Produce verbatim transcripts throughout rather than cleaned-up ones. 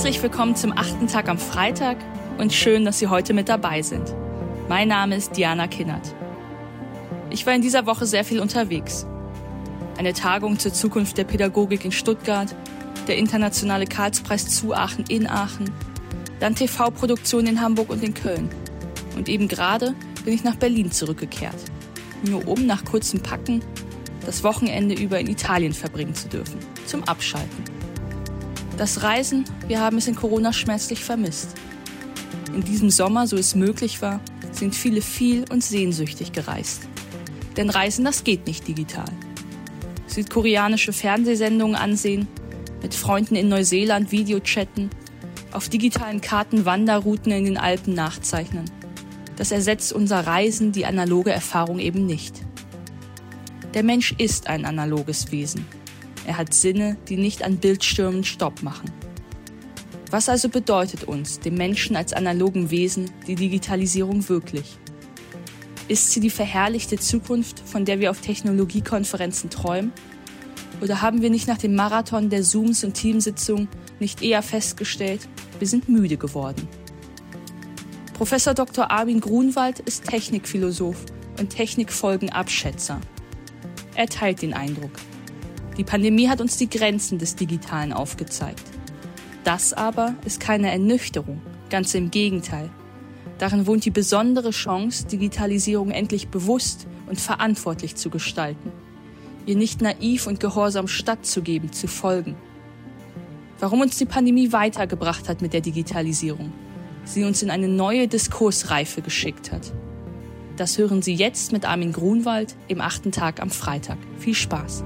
Herzlich willkommen zum achten Tag am Freitag und schön, dass Sie heute mit dabei sind. Mein Name ist Diana Kinnert. Ich war in dieser Woche sehr viel unterwegs. Eine Tagung zur Zukunft der Pädagogik in Stuttgart, der internationale Karlspreis zu Aachen in Aachen, dann T V-Produktionen in Hamburg und in Köln. Und eben gerade bin ich nach Berlin zurückgekehrt, nur um nach kurzem Packen das Wochenende über in Italien verbringen zu dürfen, zum Abschalten. Das Reisen, wir haben es in Corona schmerzlich vermisst. In diesem Sommer, so es möglich war, sind viele viel und sehnsüchtig gereist. Denn Reisen, das geht nicht digital. Südkoreanische Fernsehsendungen ansehen, mit Freunden in Neuseeland Videochatten, auf digitalen Karten Wanderrouten in den Alpen nachzeichnen. Das ersetzt unser Reisen, die analoge Erfahrung eben nicht. Der Mensch ist ein analoges Wesen. Er hat Sinne, die nicht an Bildstürmen Stopp machen. Was also bedeutet uns, dem Menschen als analogen Wesen, die Digitalisierung wirklich? Ist sie die verherrlichte Zukunft, von der wir auf Technologiekonferenzen träumen? Oder haben wir nicht nach dem Marathon der Zooms und Teamsitzungen nicht eher festgestellt, wir sind müde geworden? Professor Doktor Armin Grunwald ist Technikphilosoph und Technikfolgenabschätzer. Er teilt den Eindruck. Die Pandemie hat uns die Grenzen des Digitalen aufgezeigt. Das aber ist keine Ernüchterung, ganz im Gegenteil. Darin wohnt die besondere Chance, Digitalisierung endlich bewusst und verantwortlich zu gestalten. Ihr nicht naiv und gehorsam stattzugeben, zu folgen. Warum uns die Pandemie weitergebracht hat mit der Digitalisierung, sie uns in eine neue Diskursreife geschickt hat. Das hören Sie jetzt mit Armin Grunwald im achten Tag am Freitag. Viel Spaß!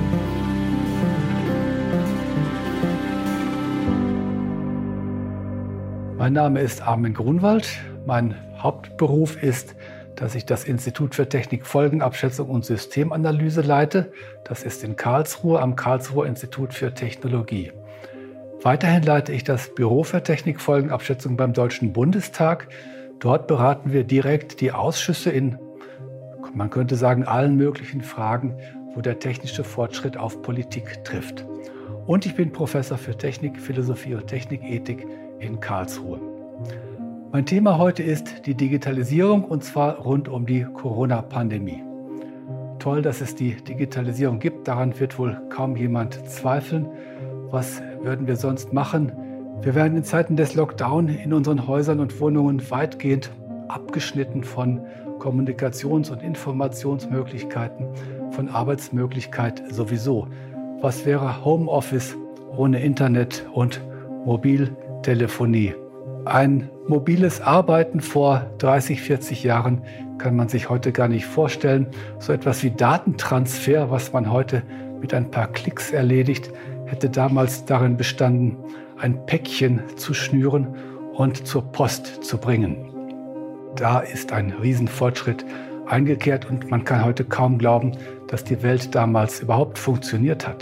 Mein Name ist Armin Grunwald. Mein Hauptberuf ist, dass ich das Institut für Technikfolgenabschätzung und Systemanalyse leite. Das ist in Karlsruhe am Karlsruher Institut für Technologie. Weiterhin leite ich das Büro für Technikfolgenabschätzung beim Deutschen Bundestag. Dort beraten wir direkt die Ausschüsse in, man könnte sagen, allen möglichen Fragen, wo der technische Fortschritt auf Politik trifft. Und ich bin Professor für Technik, Philosophie und Technikethik in Karlsruhe. Mein Thema heute ist die Digitalisierung, und zwar rund um die Corona-Pandemie. Toll, dass es die Digitalisierung gibt, daran wird wohl kaum jemand zweifeln. Was würden wir sonst machen? Wir werden in Zeiten des Lockdown in unseren Häusern und Wohnungen weitgehend abgeschnitten von Kommunikations- und Informationsmöglichkeiten, von Arbeitsmöglichkeit sowieso. Was wäre Homeoffice ohne Internet und Mobiltelefonie? Ein mobiles Arbeiten vor dreißig, vierzig Jahren kann man sich heute gar nicht vorstellen. So etwas wie Datentransfer, was man heute mit ein paar Klicks erledigt, hätte damals darin bestanden, ein Päckchen zu schnüren und zur Post zu bringen. Da ist ein Riesenfortschritt eingekehrt und man kann heute kaum glauben, dass die Welt damals überhaupt funktioniert hat.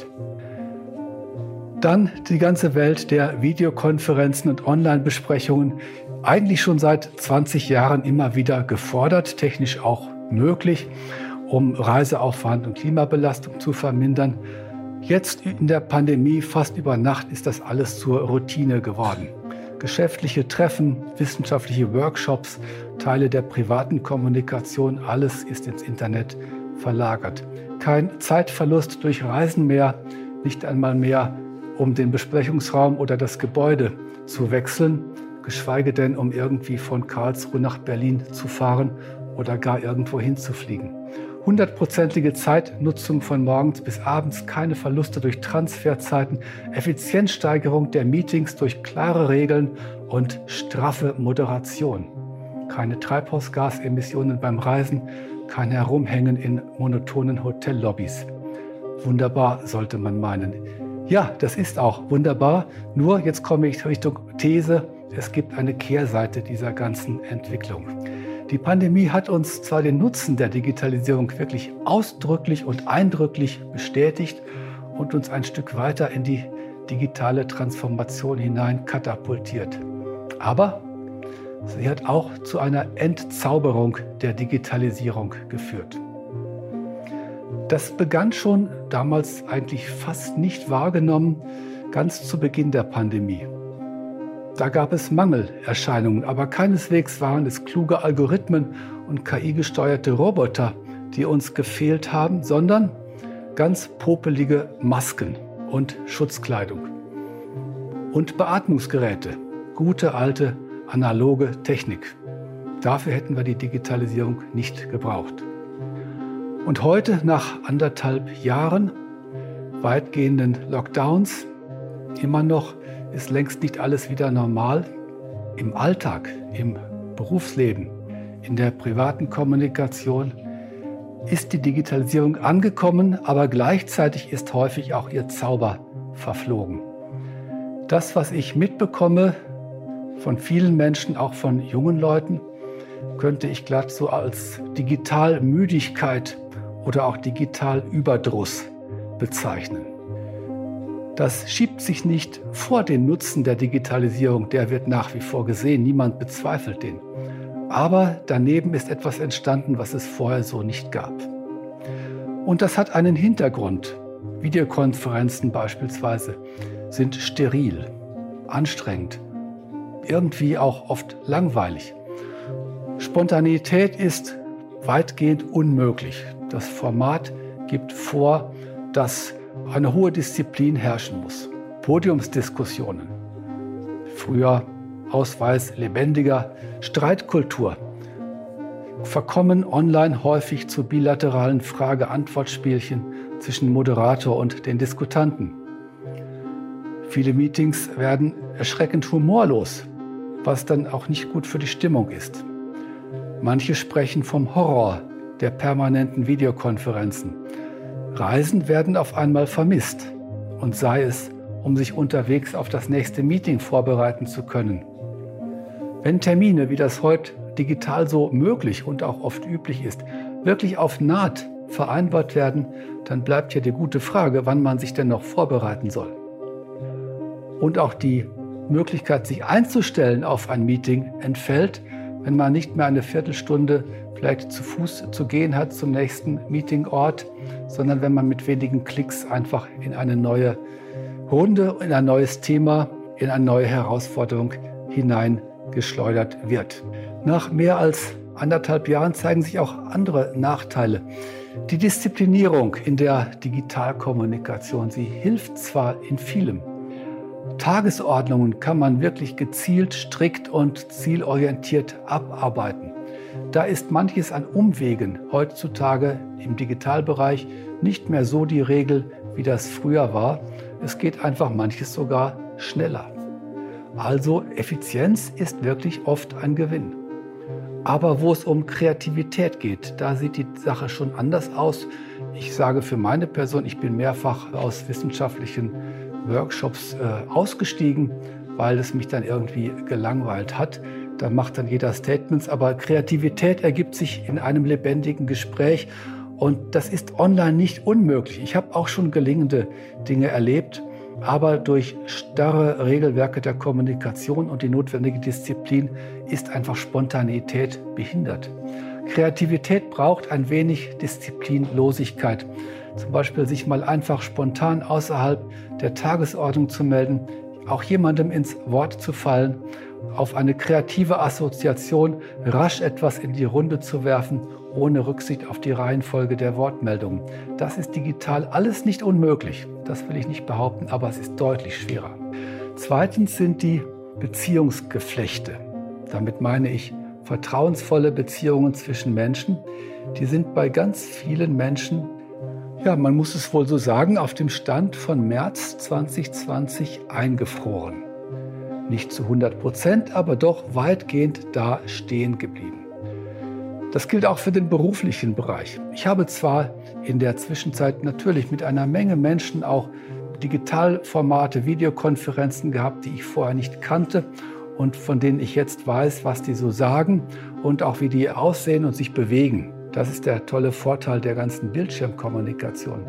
Dann die ganze Welt der Videokonferenzen und Online-Besprechungen, eigentlich schon seit zwanzig Jahren immer wieder gefordert, technisch auch möglich, um Reiseaufwand und Klimabelastung zu vermindern. Jetzt in der Pandemie, fast über Nacht, ist das alles zur Routine geworden. Geschäftliche Treffen, wissenschaftliche Workshops, Teile der privaten Kommunikation, alles ist ins Internet verlagert. Kein Zeitverlust durch Reisen mehr, nicht einmal mehr, um den Besprechungsraum oder das Gebäude zu wechseln, geschweige denn, um irgendwie von Karlsruhe nach Berlin zu fahren oder gar irgendwo hinzufliegen. Hundertprozentige Zeitnutzung von morgens bis abends, keine Verluste durch Transferzeiten, Effizienzsteigerung der Meetings durch klare Regeln und straffe Moderation. Keine Treibhausgasemissionen beim Reisen, kein Herumhängen in monotonen Hotellobbys. Wunderbar, sollte man meinen. Ja, das ist auch wunderbar, nur jetzt komme ich Richtung These, es gibt eine Kehrseite dieser ganzen Entwicklung. Die Pandemie hat uns zwar den Nutzen der Digitalisierung wirklich ausdrücklich und eindrücklich bestätigt und uns ein Stück weiter in die digitale Transformation hinein katapultiert. Aber sie hat auch zu einer Entzauberung der Digitalisierung geführt. Das begann schon damals eigentlich fast nicht wahrgenommen, ganz zu Beginn der Pandemie. Da gab es Mangelerscheinungen, aber keineswegs waren es kluge Algorithmen und K I-gesteuerte Roboter, die uns gefehlt haben, sondern ganz popelige Masken und Schutzkleidung. Und Beatmungsgeräte, gute alte analoge Technik. Dafür hätten wir die Digitalisierung nicht gebraucht. Und heute, nach anderthalb Jahren weitgehenden Lockdowns, immer noch ist längst nicht alles wieder normal. Im Alltag, im Berufsleben, in der privaten Kommunikation ist die Digitalisierung angekommen, aber gleichzeitig ist häufig auch ihr Zauber verflogen. Das, was ich mitbekomme von vielen Menschen, auch von jungen Leuten, könnte ich glatt so als Digitalmüdigkeit oder auch Digitalüberdruss bezeichnen. Das schiebt sich nicht vor den Nutzen der Digitalisierung, der wird nach wie vor gesehen, niemand bezweifelt den. Aber daneben ist etwas entstanden, was es vorher so nicht gab. Und das hat einen Hintergrund. Videokonferenzen beispielsweise sind steril, anstrengend, irgendwie auch oft langweilig. Spontanität ist weitgehend unmöglich. Das Format gibt vor, dass eine hohe Disziplin herrschen muss. Podiumsdiskussionen, früher Ausweis lebendiger Streitkultur, verkommen online häufig zu bilateralen Frage-Antwort-Spielchen zwischen Moderator und den Diskutanten. Viele Meetings werden erschreckend humorlos, was dann auch nicht gut für die Stimmung ist. Manche sprechen vom Horror der permanenten Videokonferenzen. Reisen werden auf einmal vermisst, und sei es, um sich unterwegs auf das nächste Meeting vorbereiten zu können. Wenn Termine, wie das heute digital so möglich und auch oft üblich ist, wirklich auf Naht vereinbart werden, dann bleibt ja die gute Frage, wann man sich denn noch vorbereiten soll. Und auch die Möglichkeit, sich einzustellen auf ein Meeting, entfällt, wenn man nicht mehr eine Viertelstunde vielleicht zu Fuß zu gehen hat zum nächsten Meetingort, sondern wenn man mit wenigen Klicks einfach in eine neue Runde, in ein neues Thema, in eine neue Herausforderung hineingeschleudert wird. Nach mehr als anderthalb Jahren zeigen sich auch andere Nachteile. Die Disziplinierung in der Digitalkommunikation, sie hilft zwar in vielem. Tagesordnungen kann man wirklich gezielt, strikt und zielorientiert abarbeiten. Da ist manches an Umwegen heutzutage im Digitalbereich nicht mehr so die Regel, wie das früher war. Es geht einfach manches sogar schneller. Also Effizienz ist wirklich oft ein Gewinn. Aber wo es um Kreativität geht, da sieht die Sache schon anders aus. Ich sage für meine Person, ich bin mehrfach aus wissenschaftlichen Workshops äh, ausgestiegen, weil es mich dann irgendwie gelangweilt hat. Da macht dann jeder Statements, aber Kreativität ergibt sich in einem lebendigen Gespräch und das ist online nicht unmöglich. Ich habe auch schon gelingende Dinge erlebt, aber durch starre Regelwerke der Kommunikation und die notwendige Disziplin ist einfach Spontaneität behindert. Kreativität braucht ein wenig Disziplinlosigkeit. Zum Beispiel sich mal einfach spontan außerhalb der Tagesordnung zu melden, auch jemandem ins Wort zu fallen, auf eine kreative Assoziation rasch etwas in die Runde zu werfen, ohne Rücksicht auf die Reihenfolge der Wortmeldungen. Das ist digital alles nicht unmöglich, das will ich nicht behaupten, aber es ist deutlich schwerer. Zweitens sind die Beziehungsgeflechte. Damit meine ich vertrauensvolle Beziehungen zwischen Menschen. Die sind bei ganz vielen Menschen, ja, man muss es wohl so sagen, auf dem Stand von März zwanzig zwanzig eingefroren. Nicht zu hundert Prozent, aber doch weitgehend da stehen geblieben. Das gilt auch für den beruflichen Bereich. Ich habe zwar in der Zwischenzeit natürlich mit einer Menge Menschen auch Digitalformate, Videokonferenzen gehabt, die ich vorher nicht kannte und von denen ich jetzt weiß, was die so sagen und auch wie die aussehen und sich bewegen. Das ist der tolle Vorteil der ganzen Bildschirmkommunikation.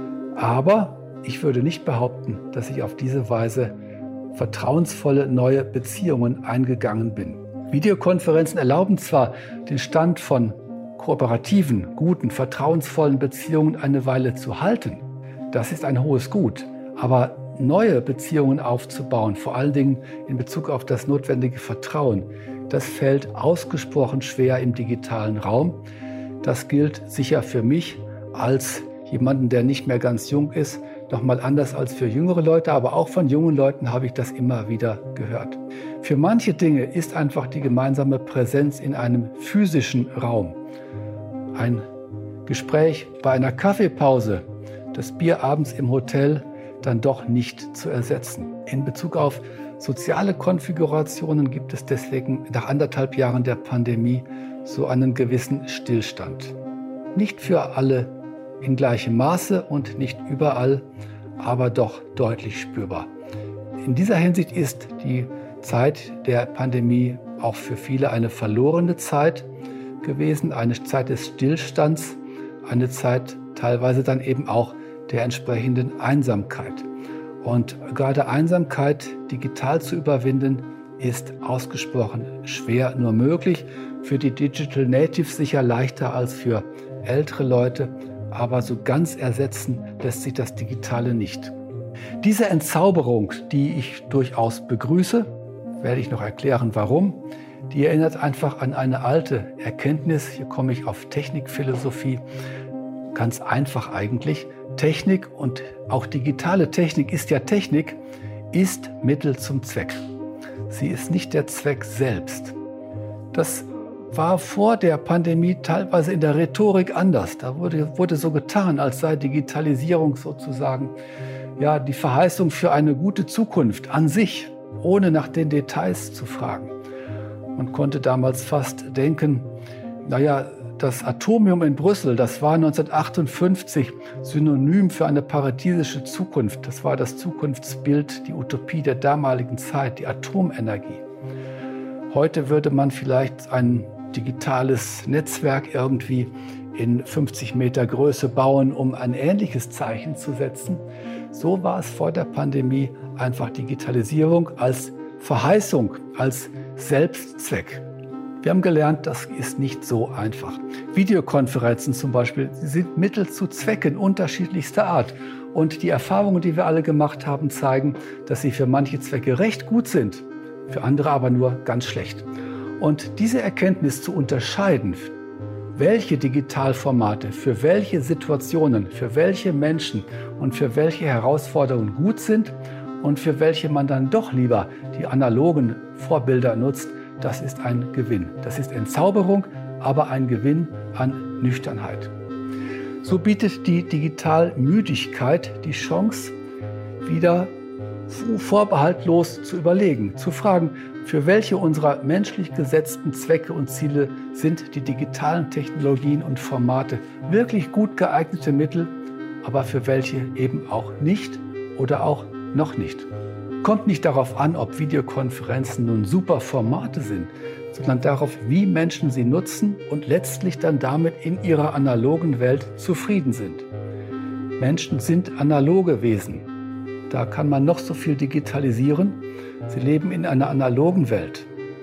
Aber ich würde nicht behaupten, dass ich auf diese Weise vertrauensvolle neue Beziehungen eingegangen bin. Videokonferenzen erlauben zwar den Stand von kooperativen, guten, vertrauensvollen Beziehungen eine Weile zu halten. Das ist ein hohes Gut. Aber neue Beziehungen aufzubauen, vor allen Dingen in Bezug auf das notwendige Vertrauen, das fällt ausgesprochen schwer im digitalen Raum. Das gilt sicher für mich als jemanden, der nicht mehr ganz jung ist, noch mal anders als für jüngere Leute, aber auch von jungen Leuten habe ich das immer wieder gehört. Für manche Dinge ist einfach die gemeinsame Präsenz in einem physischen Raum, ein Gespräch bei einer Kaffeepause, das Bier abends im Hotel, dann doch nicht zu ersetzen. In Bezug auf soziale Konfigurationen gibt es deswegen nach anderthalb Jahren der Pandemie so einen gewissen Stillstand. Nicht für alle in gleichem Maße und nicht überall, aber doch deutlich spürbar. In dieser Hinsicht ist die Zeit der Pandemie auch für viele eine verlorene Zeit gewesen, eine Zeit des Stillstands, eine Zeit teilweise dann eben auch der entsprechenden Einsamkeit. Und gerade Einsamkeit digital zu überwinden, ist ausgesprochen schwer nur möglich. Für die Digital Natives sicher leichter als für ältere Leute, aber so ganz ersetzen lässt sich das Digitale nicht. Diese Entzauberung, die ich durchaus begrüße, werde ich noch erklären, warum, die erinnert einfach an eine alte Erkenntnis. Hier komme ich auf Technikphilosophie. Ganz einfach eigentlich. Technik und auch digitale Technik ist ja Technik, ist Mittel zum Zweck. Sie ist nicht der Zweck selbst. Das war vor der Pandemie teilweise in der Rhetorik anders. Da wurde, wurde so getan, als sei Digitalisierung sozusagen ja, die Verheißung für eine gute Zukunft an sich, ohne nach den Details zu fragen. Man konnte damals fast denken, naja, das Atomium in Brüssel, das war neunzehnhundertachtundfünfzig synonym für eine paradiesische Zukunft. Das war das Zukunftsbild, die Utopie der damaligen Zeit, die Atomenergie. Heute würde man vielleicht ein digitales Netzwerk irgendwie in fünfzig Meter Größe bauen, um ein ähnliches Zeichen zu setzen. So war es vor der Pandemie einfach Digitalisierung als Verheißung, als Selbstzweck. Wir haben gelernt, das ist nicht so einfach. Videokonferenzen zum Beispiel sind Mittel zu Zwecken unterschiedlichster Art. Und die Erfahrungen, die wir alle gemacht haben, zeigen, dass sie für manche Zwecke recht gut sind, für andere aber nur ganz schlecht. Und diese Erkenntnis zu unterscheiden, welche Digitalformate für welche Situationen, für welche Menschen und für welche Herausforderungen gut sind und für welche man dann doch lieber die analogen Vorbilder nutzt, das ist ein Gewinn. Das ist Entzauberung, aber ein Gewinn an Nüchternheit. So bietet die Digitalmüdigkeit die Chance, wieder vorbehaltlos zu überlegen, zu fragen, für welche unserer menschlich gesetzten Zwecke und Ziele sind die digitalen Technologien und Formate wirklich gut geeignete Mittel, aber für welche eben auch nicht oder auch noch nicht. Kommt nicht darauf an, ob Videokonferenzen nun super Formate sind, sondern darauf, wie Menschen sie nutzen und letztlich dann damit in ihrer analogen Welt zufrieden sind. Menschen sind analoge Wesen. Da kann man noch so viel digitalisieren. Sie leben in einer analogen Welt.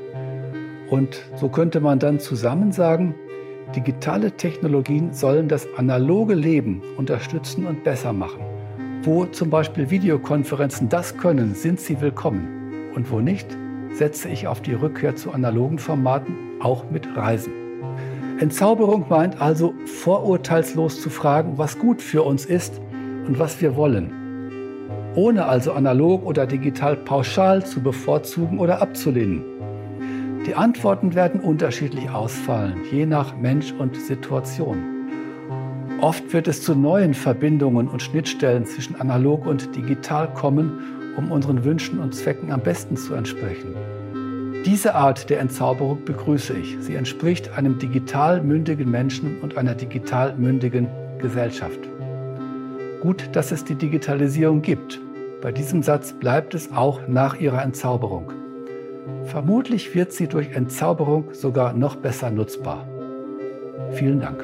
Und so könnte man dann zusammen sagen, digitale Technologien sollen das analoge Leben unterstützen und besser machen. Wo zum Beispiel Videokonferenzen das können, sind sie willkommen. Und wo nicht, setze ich auf die Rückkehr zu analogen Formaten, auch mit Reisen. Entzauberung meint also, vorurteilslos zu fragen, was gut für uns ist und was wir wollen. Ohne also analog oder digital pauschal zu bevorzugen oder abzulehnen. Die Antworten werden unterschiedlich ausfallen, je nach Mensch und Situation. Oft wird es zu neuen Verbindungen und Schnittstellen zwischen analog und digital kommen, um unseren Wünschen und Zwecken am besten zu entsprechen. Diese Art der Entzauberung begrüße ich. Sie entspricht einem digital mündigen Menschen und einer digital mündigen Gesellschaft. Gut, dass es die Digitalisierung gibt. Bei diesem Satz bleibt es auch nach ihrer Entzauberung. Vermutlich wird sie durch Entzauberung sogar noch besser nutzbar. Vielen Dank.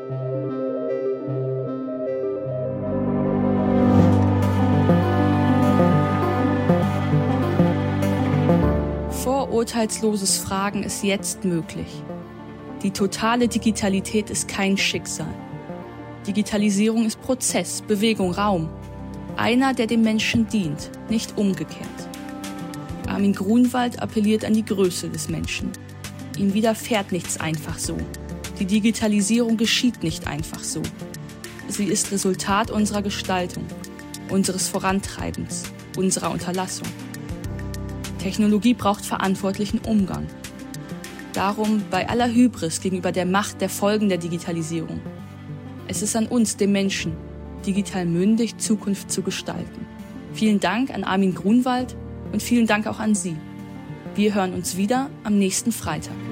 Vorurteilsloses Fragen ist jetzt möglich. Die totale Digitalität ist kein Schicksal. Digitalisierung ist Prozess, Bewegung, Raum. einer, der dem Menschen dient, nicht umgekehrt. Armin Grunwald appelliert an die Größe des Menschen. Ihm widerfährt nichts einfach so. Die Digitalisierung geschieht nicht einfach so. Sie ist Resultat unserer Gestaltung, unseres Vorantreibens, unserer Unterlassung. Technologie braucht verantwortlichen Umgang. Darum bei aller Hybris gegenüber der Macht der Folgen der Digitalisierung. Es ist an uns, dem Menschen, digital mündig Zukunft zu gestalten. Vielen Dank an Armin Grunwald und vielen Dank auch an Sie. Wir hören uns wieder am nächsten Freitag.